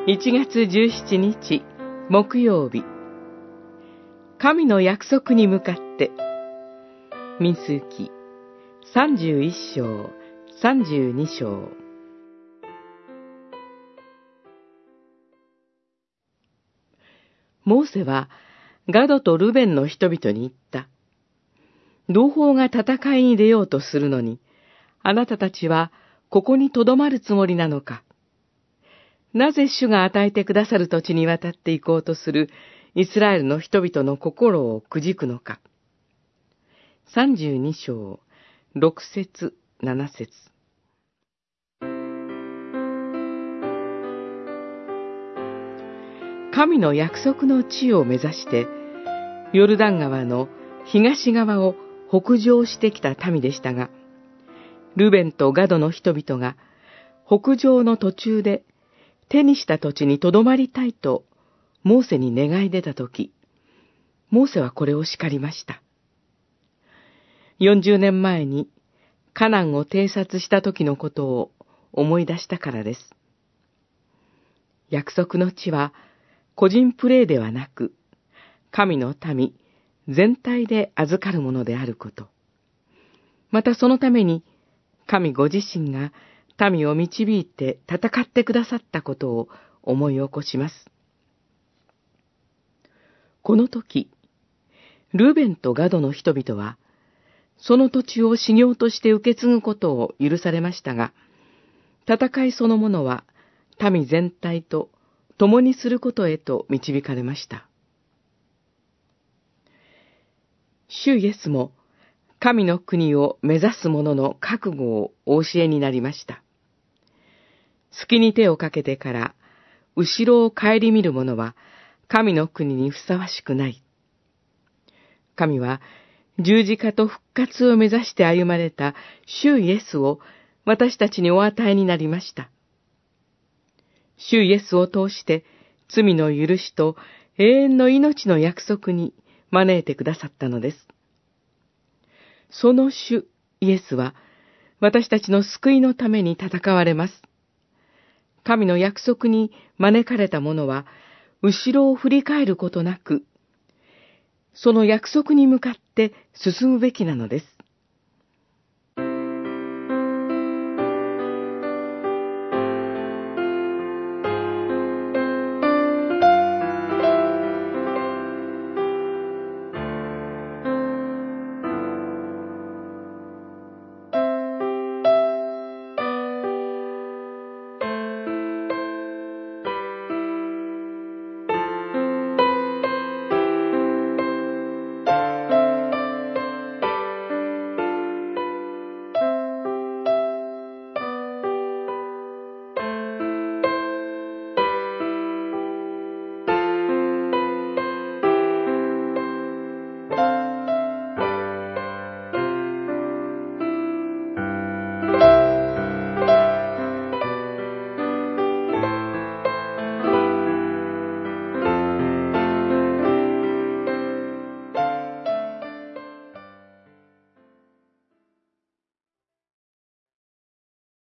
1月17日木曜日、神の約束に向かって。民数記31章32章。モーセはガドとルベンの人々に言った。同胞が戦いに出ようとするのに、あなたたちはここに留まるつもりなのか。なぜ主が与えてくださる土地に渡って行こうとするイスラエルの人々の心をくじくのか。32章6節7節。神の約束の地を目指して、ヨルダン川の東側を北上してきた民でしたが、ルベンとガドの人々が北上の途中で手にした土地に留まりたいとモーセに願い出たとき、モーセはこれを叱りました。40年前にカナンを偵察した時のことを思い出したからです。約束の地は個人プレーではなく、神の民全体で預かるものであること。またそのために神ご自身が民を導いて戦ってくださったことを思い起こします。この時、ルーベンとガドの人々は、その土地を修行として受け継ぐことを許されましたが、戦いそのものは民全体と共にすることへと導かれました。主イエスも神の国を目指す者の覚悟をお教えになりました。隙に手をかけてから後ろを顧みる者は神の国にふさわしくない。神は十字架と復活を目指して歩まれた主イエスを私たちにお与えになりました。主イエスを通して罪の許しと永遠の命の約束に招いてくださったのです。その主イエスは私たちの救いのために戦われます。神の約束に招かれた者は後ろを振り返ることなく、その約束に向かって進むべきなのです。